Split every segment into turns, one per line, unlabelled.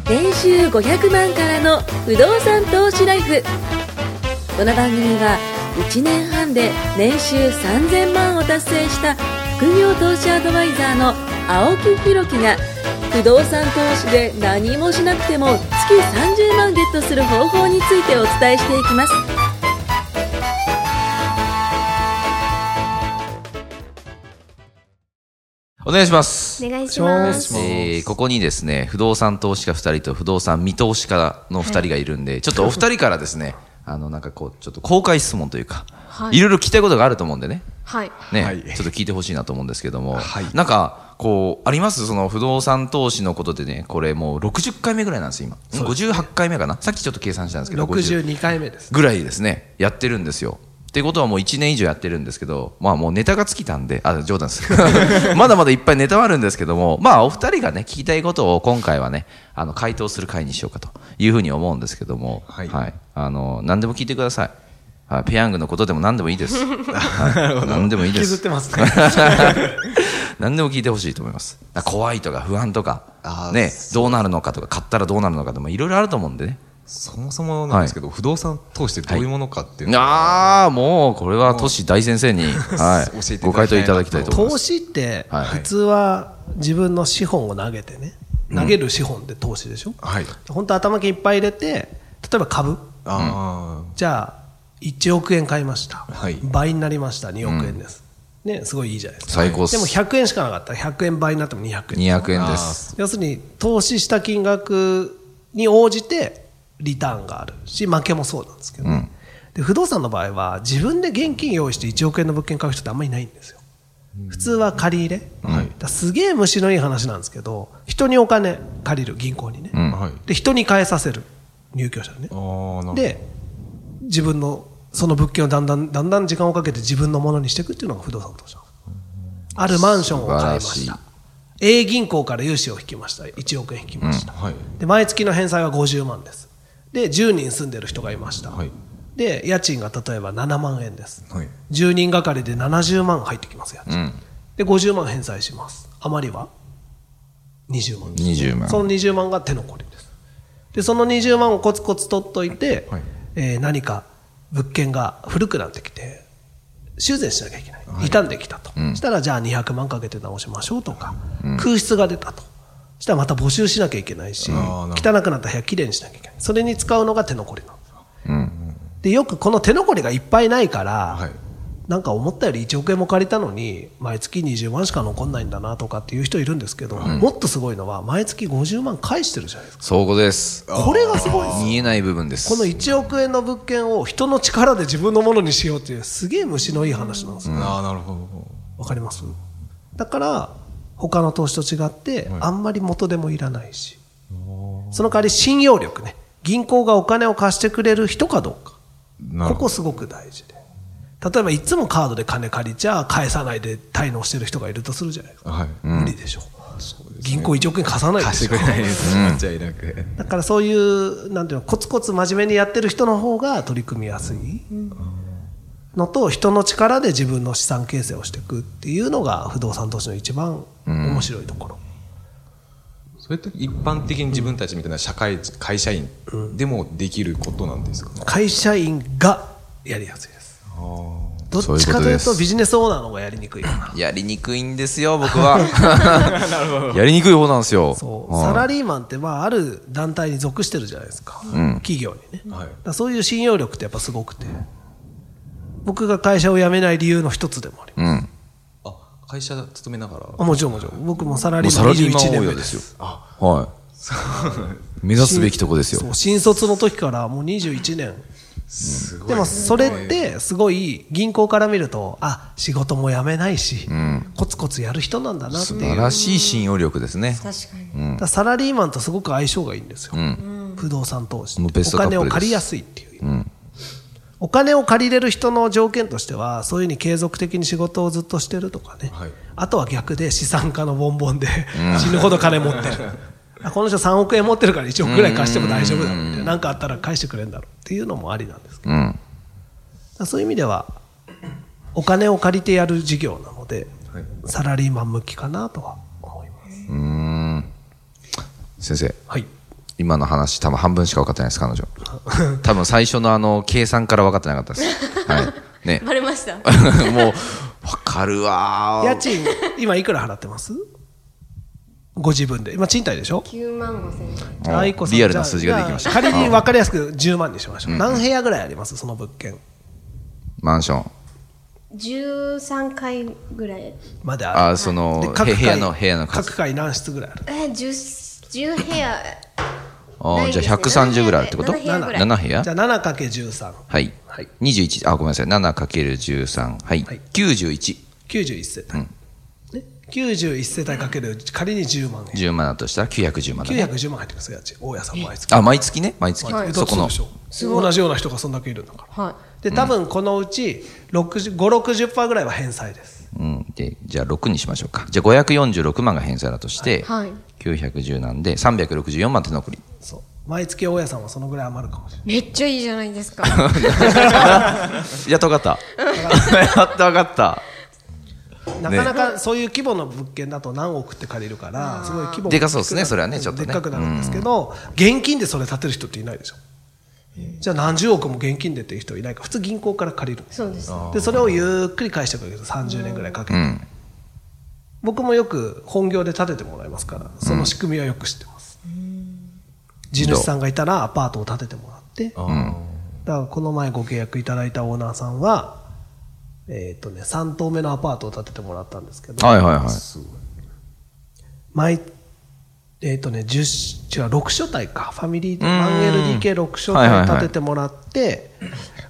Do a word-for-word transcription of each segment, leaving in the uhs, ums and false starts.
年収ごひゃくまんからの不動産投資ライフ。この番組はいちねんはんで年収さんぜんまんを達成した副業投資アドバイザーの青木弘樹が不動産投資で何もしなくても月さんじゅうまんゲットする方法についてお伝えしていきます。
お願いします。
お願いします。
えー、ここにですね、不動産投資家ふたりと不動産見通し家のふたりがいるんで、はい、ちょっとお二人からですね、あのなんかこうちょっと公開質問というか、はい、いろいろ聞きたいことがあると思うんでね、はい、ね、はい、ちょっと聞いてほしいなと思うんですけども、はい、なんかこうあります？その不動産投資のことでね、これもうろくじゅっかいめぐらいなんですよ今。ごじゅうはちかいめかな。さっきちょっと計算したんですけど、
ろくじゅうにかいめです。
ぐらいですね、やってるんですよ。っていうことはもういちねん以上やってるんですけど、まあもうネタが尽きたんで、あ、冗談ですまだまだいっぱいネタはあるんですけども、まあお二人がね聞きたいことを今回はね、あの回答する回にしようかというふうに思うんですけども、はい、はい、あの何でも聞いてください。はい、ペヤングのことでも何でもいいですはい、何でもいいです。
削ってますね
何でも聞いてほしいと思います。怖いとか不安とかね、どうなるのかとか、買ったらどうなるのかとかいろいろあると思うんでね。
そもそもなんですけど、はい、不動産投資ってどういうものかっていうの
は、はい、ああもうこれはトシ大先生に、はい、教えてご回答いただきたいと思います。
投資って普通は自分の資本を投げてね、投げる資本で投資でしょ、はい、本当頭金いっぱい入れて、例えば株、あ、じゃあいちおくえん買いました、はい、倍になりましたにおくえんです、うんね、すごいいいじゃないですか。
最高っす。
でもひゃくえんしかなかったらひゃくえん倍になってもにひゃくえん
にひゃくえんです。
要するに投資した金額に応じてリターンがあるし、負けもそうなんですけど、ね、うん、で不動産の場合は自分で現金用意していちおくえんの物件買う人ってあんまりいないんですよ。普通は借り入れ、はい、だすげえ虫のいい話なんですけど、人にお金借りる、銀行にね、うん、で人に返させる、入居者ね、で自分のその物件をだんだんだんだん時間をかけて自分のものにしていくっていうのが不動産投資なんです。あるマンションを買いました、A 銀行から融資を引きました、いちおくえん引きました、うん、はい、で毎月の返済はごじゅうまんです。でじゅうにん住んでる人がいました、はい、で家賃が例えばななまんえんです、はい、じゅうにんがかりでななじゅうまん入ってきます家賃、うん、でごじゅうまん返済します。余りはにじゅうまんです。
にじゅうまん、
そのにじゅうまんが手残りです。でそのにじゅうまんをコツコツ取っといて、はい、えー、何か物件が古くなってきて修繕しなきゃいけない、はい、傷んできたと、うん、したらじゃあにひゃくまんかけて直しましょうとか、うん、空室が出たとしたらまた募集しなきゃいけないし、汚くなった部屋きれいにしなきゃいけない。それに使うのが手残りなんです、うん、でよくこの手残りがいっぱいないから、はい、なんか思ったよりいちおくえんも借りたのに毎月にじゅうまんしか残んないんだなとかっていう人いるんですけど、うん、もっとすごいのは毎月ごじゅうまん返してるじゃないですか。
そうです。
これがすごいです。
見えない部分です。
このいちおくえんの物件を人の力で自分のものにしようっていうすげえ虫のいい話なんですよ、うん、あ、なるほど。わかります？だから他の投資と違って、はい、あんまり元でもいらないし、その代わり信用力ね、銀行がお金を貸してくれる人かどうか、ここすごく大事で、例えばいつもカードで金借りちゃ返さないで滞納してる人がいるとするじゃないですか、はい、うん、無理でしょ、そうですね、銀行いちおくえん貸さないでしょ、貸してくれないです、うん、じゃいなくだからそういうなんていうの、コツコツ真面目にやってる人の方が取り組みやすいのと、人の力で自分の資産形成をしていくっていうのが不動産投資の一番面白いところ、
うん、それって一般的に自分たちみたいな社会会社員でもできることなんですかね？
会社員がやりやすいです。どっちかというとビジネスオーナーの方がやりにくいかな。
やりにくいんですよ僕はなるほど、やりにくい方なんですよ。
そう、サラリーマンってまあある団体に属してるじゃないですか、うん、企業にね、はい、だそういう信用力ってやっぱすごくて、僕が会社を辞めない理由の一つでもあります、うん、
あ、会社勤めながら？
あ、もちろんもちろん、僕もサラリーマンにじゅういちねんめですよ。
あ、はい、目指すべきとこですよ。
そう、新卒の時からもうにじゅういちねん、すごい、でもそれってすごい銀行から見ると、あ、仕事も辞めないし、うん、コツコツやる人なんだなっていう、
素晴らしい信用力ですね。
確かに、
うん、
だサラリーマンとすごく相性がいいんですよ、うん、不動産投資ってお金を借りやすいっていう、うん、お金を借りれる人の条件としては、そういうふうに継続的に仕事をずっとしてるとかね、はい、あとは逆で資産家のボンボンで死ぬほど金持ってるこの人さんおくえん持ってるからいちおくぐらい貸しても大丈夫だろうみたいな、何かあったら返してくれるんだろうっていうのもありなんですけど、うん、そういう意味ではお金を借りてやる事業なので、はい、サラリーマン向きかなとは思います。
うーん、先生、
はい、
今の話多分半分しか分かってないです彼女多分最初のあの計算から分かってなかったですはいね
バレました
もう分かるわ
家賃今いくら払ってます？ご自分で今賃貸でしょ？
きゅうまんごせんえん。
愛子さん
リアルな数字ができました。
仮に分かりやすくじゅうまんにしましょう、うん、何部屋ぐらいありますその物件？
マンション
じゅうさんかいぐらい
まである。
あその
で各
部屋の部屋の数
各階何室ぐらいある？
えー、じゅう、じゅう部屋
あじゃあひゃくさんじゅうぐらいあるってこと？
なな部屋ぐらい。
なな部屋？
じゃあ ななかけるじゅうさん
はい、はい、にじゅういちあごめんなさい ななかけるじゅうさん はい、はい、きゅうじゅういち
きゅうじゅういち世帯、うんね、きゅうじゅういち世帯かける仮にじゅうまんえん
じゅうまんだとしたらきゅうひゃくじゅうまんだね
きゅうひゃくじゅうまん入ってください家賃大家さん毎月
あ毎月ね毎月、
はい、
そこの
同じような人がそんだけいるんだから、
はい、
で多分このうちごじゅう、ろくじゅっパーセントぐらいは返済です、
うん、でじゃあろくにしましょうか。じゃあごひゃくよんじゅうろくまんが返済だとして、はい、きゅうひゃくじゅうなんでさんびゃくろくじゅうよんまん手残り。
そう毎月大家さんはそのぐらい余るかもしれない。
めっちゃいいじゃないですか
やっと分かったやっと分かった
なかなかそういう規模の物件だと何億って借りるからすごい規模
でかそうですねそれはねちょっとね
でっかくなるんですけど、現金でそれ建てる人っていないでしょ。じゃあ何十億も現金でっていう人いないから普通銀行から借りるんです。
そうです。
でそれをゆっくり返してくれるさんじゅうねんぐらいかけて、うん、僕もよく本業で建ててもらいますからその仕組みはよく知ってます、うん、地主さんがいたらアパートを建ててもらって、うん、だからこの前ご契約いただいたオーナーさんはえーとね、さん棟目のアパートを建ててもらったんですけど、
はいはいはい、
毎えーとね、じゅう違うろく所帯かファミリーで ワンエルディーケーろく 所帯建ててもらって、はいはいはい、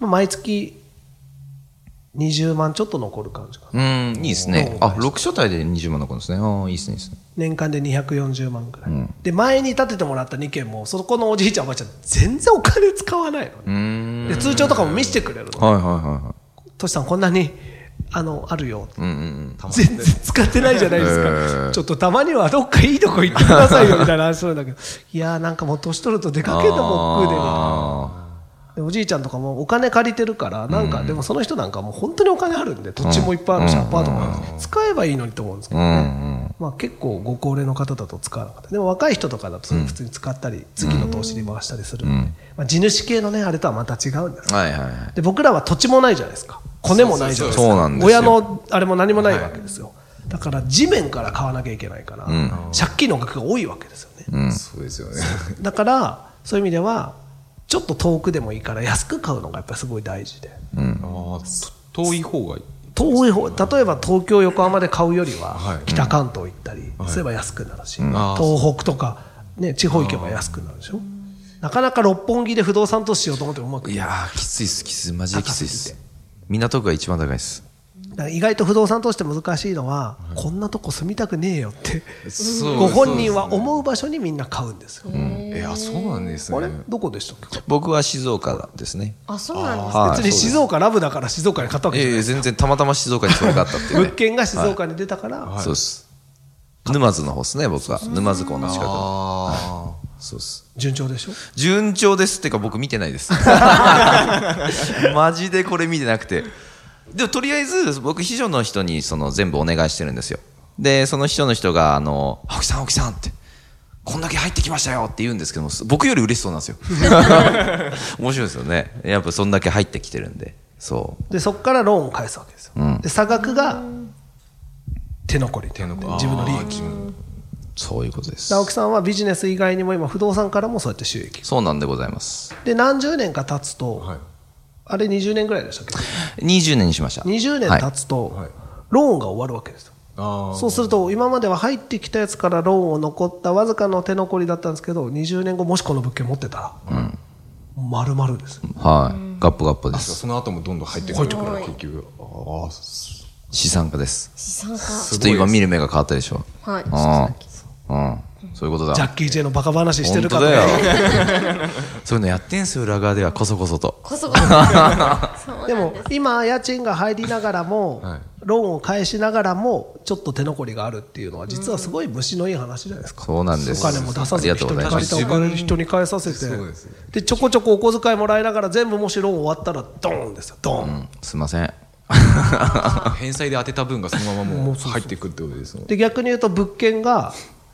毎月にじゅうまんちょっと残る感じかな。
うんいいですね。あろく所帯でにじゅうまん残るんですね。あいいですねいいですね。
年間でにひゃくよんじゅうまんぐらい、うん、で前に建ててもらったにけんもそこのおじいちゃんおばあちゃん全然お金使わないの、ね、うんで通帳とかも見せてくれるの、
はいはいはいはい
トシさんこんなにあのあるよ、
うんうんうん、
全然使ってないじゃないですか、えー、ちょっとたまにはどっかいいとこ行ってくださいよみたいな話なんだけどいやーなんかもう年取ると出かけるのも億劫でねでおじいちゃんとかもお金借りてるからなんか、うん、でもその人なんかもう本当にお金あるんで土地もいっぱいあるし、うん、アパートもあるし、うん、使えばいいのにと思うんですけどね、うんうんまあ、結構ご高齢の方だと使わなかったでも若い人とかだと普通に使ったり、うん、次の投資に回したりするんで、うんまあ、地主系のねあれとはまた違うんです、
はいはいはい、
で僕らは土地もないじゃないですかコネもないじゃないですか親のあれも何もないわけですよ、はい、だから地面から買わなきゃいけないから、うん、借金の額が多いわけですよね、
うん、そうですよね
だからそういう意味ではちょっと遠くでもいいから安く買うのがやっぱりすごい大事で、うん、
あ遠い方がいい
遠い方例えば東京横浜で買うよりは北関東行ったりすれば安くなるし、はい、東北とか、ね、地方行けば安くなるでしょ。なかなか六本木で不動産投資しようと思ってもうまくい
いやーきついですきついマジできついです港区が一番高いです。
だから意外と不動産投資って難しいのは、うん、こんなとこ住みたくねえよってご本人は思う場所にみんな買うんですよ、うん、
いやそうなんですね。
あれどこでしたっけ。
僕は静岡ですね。
あそうなんですか。
別に静岡ラブだから静岡に買ったわけじゃないですか、
えー、全然たまたま静岡にそれがあったっていう、ね、
物件が静岡に出たから、
はい、そうです沼津の方ですね僕は沼津港の近くの、はい、そうです
順調でしょ。
順調ですってか僕見てないですマジでこれ見てなくてでもとりあえず僕秘書の人にその全部お願いしてるんですよ。でその秘書の人があの青木さん青木さんってこんだけ入ってきましたよって言うんですけども僕より嬉しそうなんですよ面白いですよね。やっぱそんだけ入ってきてるんでそう
でそこからローンを返すわけですよ、うん、で差額が手残り手残り自分の利益。
そういうことです。
青木さんはビジネス以外にも今不動産からもそうやって収益。
そうなんでございます。
で何十年か経つと、はい、あれにじゅうねんぐらいでしたっけ。
にじゅうねんにしました。
にじゅうねん経つと、はい、ローンが終わるわけですよ。あそうすると今までは入ってきたやつからローンを残ったわずかの手残りだったんですけどにじゅうねんごもしこの物件持ってたら、うん、丸々です、
はい、ガップガップです。
その後もどんどん入ってくるから結局あ
資産家です。
資産家
ちょっと今見る目が変わったでしょ。はいあうん、そういうことだ。
ジャッキー・チェンのバカ話してるかと
本当だよそういうのやってんすよ裏側ではこそこそと
こそこそ
でも今家賃が入りながらも、はい、ローンを返しながらもちょっと手残りがあるっていうのは実はすごい虫のいい話じゃないですか。
そうなんです。
お金も出さずに人に借りたお金人に返させてでちょこちょこお小遣いもらいながら全部もしローン終わったらドーンですよドーン、うん、
すいません返
済で当てた分がそのままもう入っていくってことですもん。
で逆に言うと物件が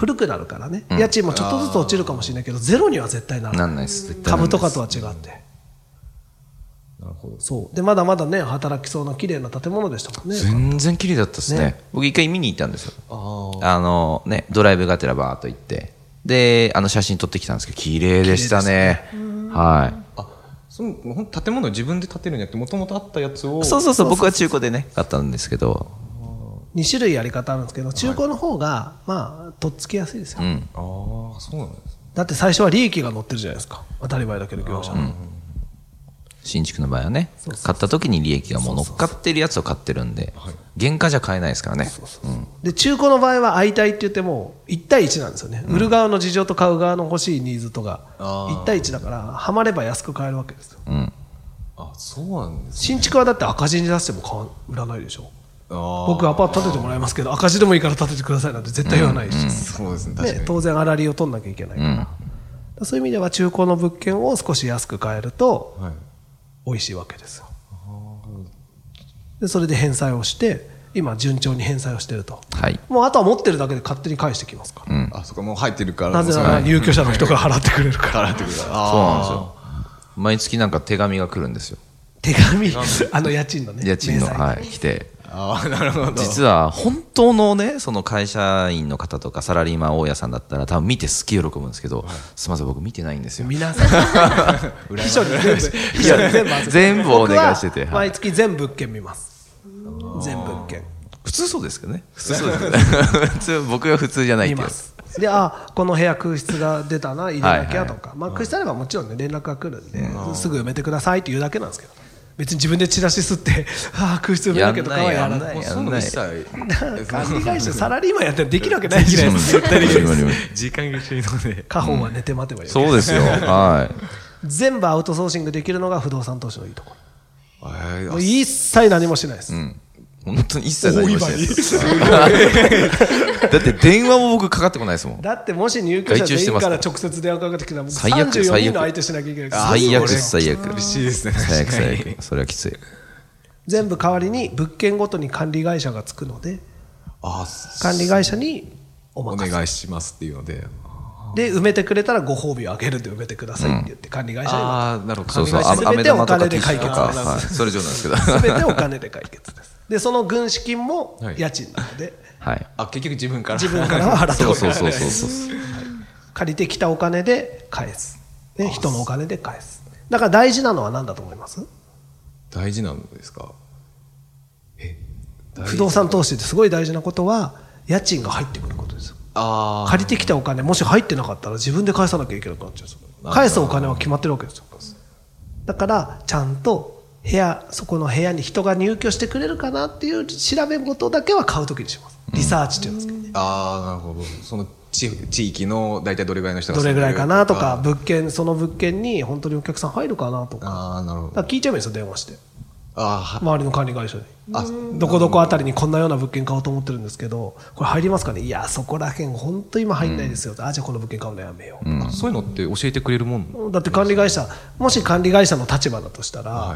古くなるからね、うん、家賃もちょっとずつ落ちるかもしれないけどゼロには絶対ならない。
なんないです。
株とかとは違って。なるほど。そうでまだまだね働きそうな綺麗な建物でしたもんね。
全然綺麗だったですね。ね僕一回見に行ったんですよ。ああのねドライブがてらバーっと行ってであの写真撮ってきたんですけど綺麗でしたね。はい。あ
その建物を自分で建てるんじゃなくてもともとあったやつを。
そうそうそう僕は中古でね買ったんですけど。
に種類やり方あるんですけど中古の方が、はい、まあとっつきやすいですよ。うん、
ああそうなんです。
だって最初は利益が乗ってるじゃないですか。当たり前だけど業者の。うん
新築の場合はね買った時に利益がもう乗っかってるやつを買ってるんで原価じゃ買えないですからね。
で中古の場合は相対って言ってもいち対いちなんですよね、うん、売る側の事情と買う側の欲しいニーズとがいち対いちだからはまれば安く買えるわけですよ、うん、
あそうなんですね。
新築はだって赤字に出しても買わ売らないでしょ。僕アパート建ててもらいますけど赤字でもいいから建ててくださいなんて絶対言わないし、うんうんそうですね、確かにね当然粗利を取んなきゃいけないから、うん、からそういう意味では中古の物件を少し安く買えると、はい美味しいわけですよ。でそれで返済をして今順調に返済をしていると、はい、もうあとは持ってるだけで勝手に返してきますから、
うん、あそこもう入ってるから
なぜなら入居者の人が払ってくれるから
払ってくれるから
そうなんですよ。毎月なんか手紙が来るんですよ。
手紙あの家賃のね
家賃のはい来て
あなるほど。
実は本当のねその会社員の方とかサラリーマン大家さんだったら多分見てすっげえ喜ぶんですけど、はい、すみません僕見てないんですよ。
皆さん秘書に全部秘書に全部
全部お願いしてて
毎月全物件見ます。全物件
普通そうですけどね。普通そうですけど普通僕が普通じゃないっていう。見ます
であこの部屋空室が出たな入れなきゃとか、はいはいまあ、空室あればもちろん、ね、連絡が来るんで、うん、すぐ埋めてくださいって言うだけなんですけど別に自分でチラシ吸ってあ空室埋めなきゃとかはやらない。
やんない
管理会社サラリーマンやったらできるわけないじゃないですか。絶対できる
時間が一緒に飲んで
家宝は寝て待てばいい、
うん、そうですよ、はい、
全部アウトソーシングできるのが不動産投資のいいところ、えー、もう一切何もしないです、うん
本当に一切何もしてないだって電話も僕かかってこないですもん。
だってもし入居者全員から直接電話かかってきたらさんじゅうよにんの相手しなきゃいけないから
最悪最悪
嬉しいですね。
最悪最悪それはきつい。
全部代わりに物件ごとに管理会社がつくのであ管理会社にお任せ
お願いしますっていうので
で埋めてくれたらご褒美をあげるんで埋めてくださいって言って管理会社に
あなるほど
そうそう
全てお金で解決です、
はい、それ以上なんですけど
全てお金で解決です。でその軍資金も家賃なので、
はい、あ結局自分から
自分からは払ってこない
そうそうそうそう
借りてきたお金で返す、ね、人のお金で返す。だから大事なのは何だと思います？
大事なのですか？
え不動産投資ってすごい大事なことは家賃が入ってくることですよ。あ借りてきたお金もし入ってなかったら自分で返さなきゃいけなくなっちゃうんですよ。返すお金は決まってるわけですよ。だからちゃんと部屋そこの部屋に人が入居してくれるかなっていう調べ事だけは買うときにします。リサーチっていうんですけどね、うん、
ああなるほど。その 地, 地域の大体どれぐらいの人が
どれぐらいかなとか物件その物件に本当にお客さん入るかなとか
あなるほど。
だから聞いちゃえばいいですよ電話して。
あ
周りの管理会社にあどこどこあたりにこんなような物件買おうと思ってるんですけどこれ入りますかね。いやそこらへん本当今入んないですよ、うん、あじゃあこの物件買うのやめよう、
うん、そういうのって教えてくれるもん
だって管理会社もし管理会社の立場だとしたら、はい、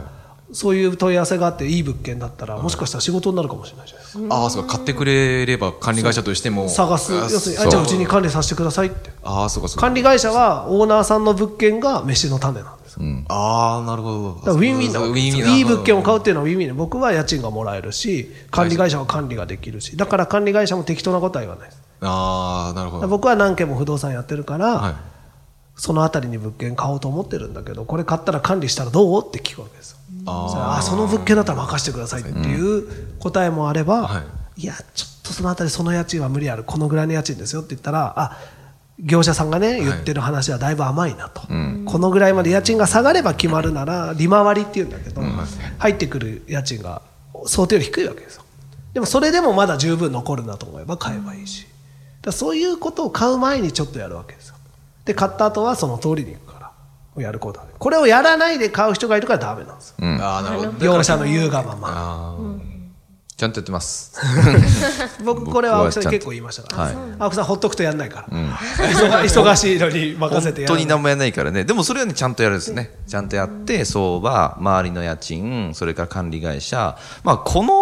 そういう問い合わせがあっていい物件だったら、はい、もしかしたら仕事になるかもしれないじゃないですか、うん、
ああそうか買ってくれれば管理会社としても
探す要するにあじゃあうちに管理させてくださいって
あそうかそうか
管理会社はオーナーさんの物件が飯の種なんです。
うん、ああなるほど。
だからウィンウィンだウィンウィンいい物件を買うっていうのはウィンウィンで僕は家賃がもらえるし管理会社は管理ができるしだから管理会社も適当なことは言わないです。
ああなるほど。
僕は何件も不動産やってるから、はい、そのあたりに物件買おうと思ってるんだけどこれ買ったら管理したらどうって聞くわけですよ。ああその物件だったら任せてくださいっていう答えもあれば、うんはい、いやちょっとそのあたりその家賃は無理あるこのぐらいの家賃ですよって言ったらあ業者さんがね言ってる話はだいぶ甘いなと、はい、このぐらいまで家賃が下がれば決まるなら利回りっていうんだけど、うん、入ってくる家賃が想定より低いわけですよ。でもそれでもまだ十分残るなと思えば買えばいいしだそういうことを買う前にちょっとやるわけですよ。で買った後はその通りにいくからやることはこれをやらないで買う人がいるからダメなんですよ、うん、あなるほど業者の言うがままあ、うん
ちゃんとやってます
僕これは青木さんに結構言いましたから、はい、青木さんほっとくとやんないから、うん、忙しいのに任せてやる
本当に何もやらないからね。でもそれはねちゃんとやるんですね。ちゃんとやって相場周りの家賃それから管理会社まあこの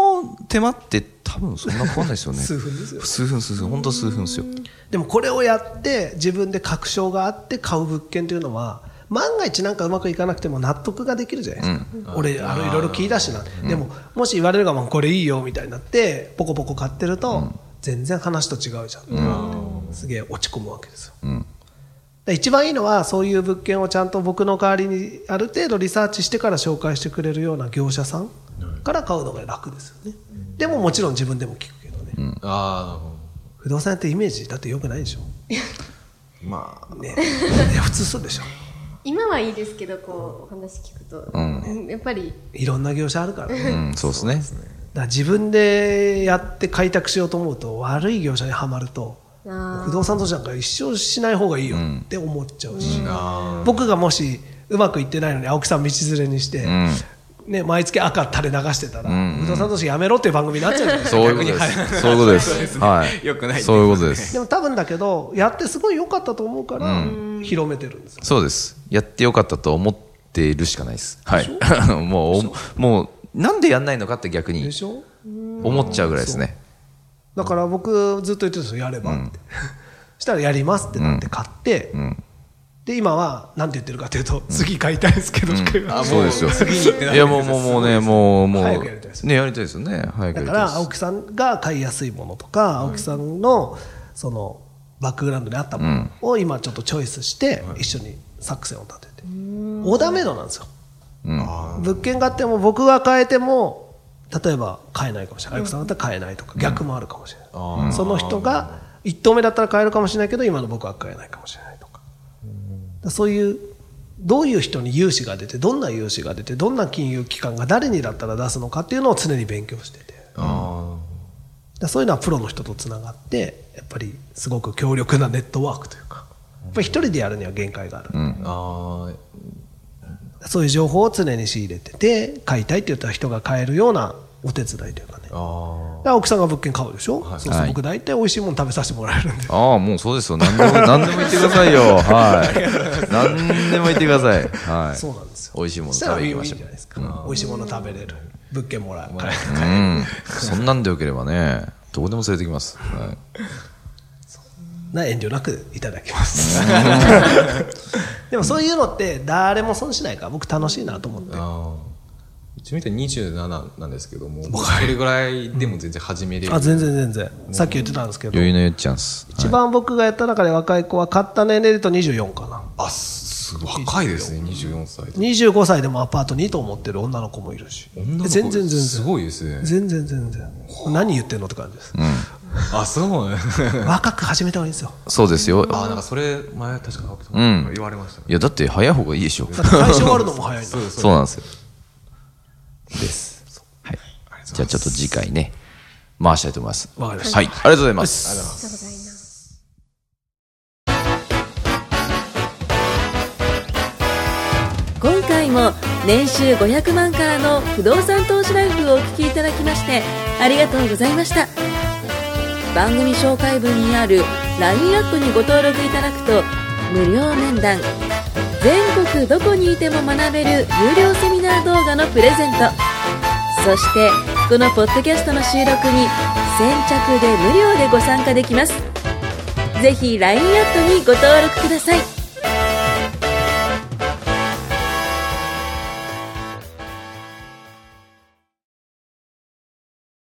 手間って多分そんな変わんないですよね
数分ですよ
数分数分本当数分ですよ。
でもこれをやって自分で確証があって買う物件というのは万が一なんかうまくいかなくても納得ができるじゃないですか、うん、俺あのいろいろ聞いたしな、うん、でももし言われるがままこれいいよみたいになってポコポコ買ってると、うん、全然話と違うじゃん、うん、すげえ落ち込むわけですよ、うん、一番いいのはそういう物件をちゃんと僕の代わりにある程度リサーチしてから紹介してくれるような業者さんから買うのが楽ですよね、うん、でももちろん自分でも聞くけどね、うん、あ不動産ってイメージだって良くないでしょまあねいや普通そうでしょ
今はいいですけどこうお話聞くと、うん、やっぱり
いろんな業者あるからね、
うん、そうですね。だ
から自分でやって開拓しようと思うと悪い業者にはまると不動産投資なんか一生しない方がいいよって思っちゃうし、うん、僕がもしうまくいってないのに青木さん道連れにして、うんね、毎月赤垂れ流してたら、うん、不動産投資やめろっていう番組になっちゃうじゃないですか。
そういうことです。そういうことです。はい。
よくない。
そういうことです。
でも多分だけどやってすごい良かったと思うから、うん、広めてるんですよ。
そうです。やって良かったと思っているしかないです。はい。もうもうなんでやんないのかって逆に思っちゃうぐらいですね。
だから僕ずっと言ってるんですよ、やればって、うん、したらやりますってなって買って、うんうんで今は何て言ってるかというと、うん、次買いたいですけど、うん、
あそうですよ次に行ってないいやもうもうもうねもうもう早くやりたいですねやりたいですよね早くやりたいです。だから青木さんが買いやすいものとか、うん、青木さんのそのバックグラウンドにあったものを今ちょっとチョイスして一緒に作戦を立てて、うん、オーダーメイドなんですよ、うん、物件買っても僕が買えても例えば買えないかもしれない、青木さんだったら買えないとか、うん、逆もあるかもしれない、うん、その人が一棟目だったら買えるかもしれないけど今の僕は買えないかもしれない。そういうどういう人に融資が出てどんな融資が出てどんな金融機関が誰にだったら出すのかっていうのを常に勉強してて、あだそういうのはプロの人とつながってやっぱりすごく強力なネットワークというかやっぱり一人でやるには限界がある、うん、あそういう情報を常に仕入れてて買いたいって言ったら人が買えるようなお手伝いというかね。あ青木さんが物件買うでしょ、はい、そうそう僕大体美味しいもの食べさせてもらえるんで。 ああもうそうですよ何でも何でも言ってくださいよはい何でも言ってくださいはい
そうなんですよ。
美味しいもの食べに行きましょう。
いいじゃないですか、うん、美味しいもの食べれる物件もらう、うん
うん、そんなんでよければねどこでも連れてきます、はい、
な遠慮なくいただきますでもそういうのって誰も損しないから僕楽しいなと思って。あ
うちみたいににじゅうなななんですけどもそれぐらいでも全然始めれる、
うん、あ全然全然さっき言ってたんですけど
余裕のチャンス
一番僕がやった中で若い子は買った年齢でとにじゅうよんかな。
あすごい若いですねにじゅうよんさい
にじゅうごさいでもアパートにと思ってる女の子もいるし全然全然
すごいですね
全然全然何言ってんのって感じです、うん、
あそうね
若く始めた方がいいんですよ。
そうですよ。
あなんかそれ前確か言われました、ねうん、
いやだって早い方がいいでしょ。
だって最初があるのも早いんだ
そうそうなんですよです、はい、じゃあちょっと次回ね回したいと思います。
わかりました。
はい、ありがとうございます。
ありがとうございます。
今回も年収ごひゃくまんからの不動産投資ライフをお聞きいただきましてありがとうございました。番組紹介文にある ライン アップにご登録いただくと無料面談、全国どこにいても学べる有料セミナー動画のプレゼント、そしてこのポッドキャストの収録に先着で無料でご参加できます。ぜひ ライン アットにご登録ください。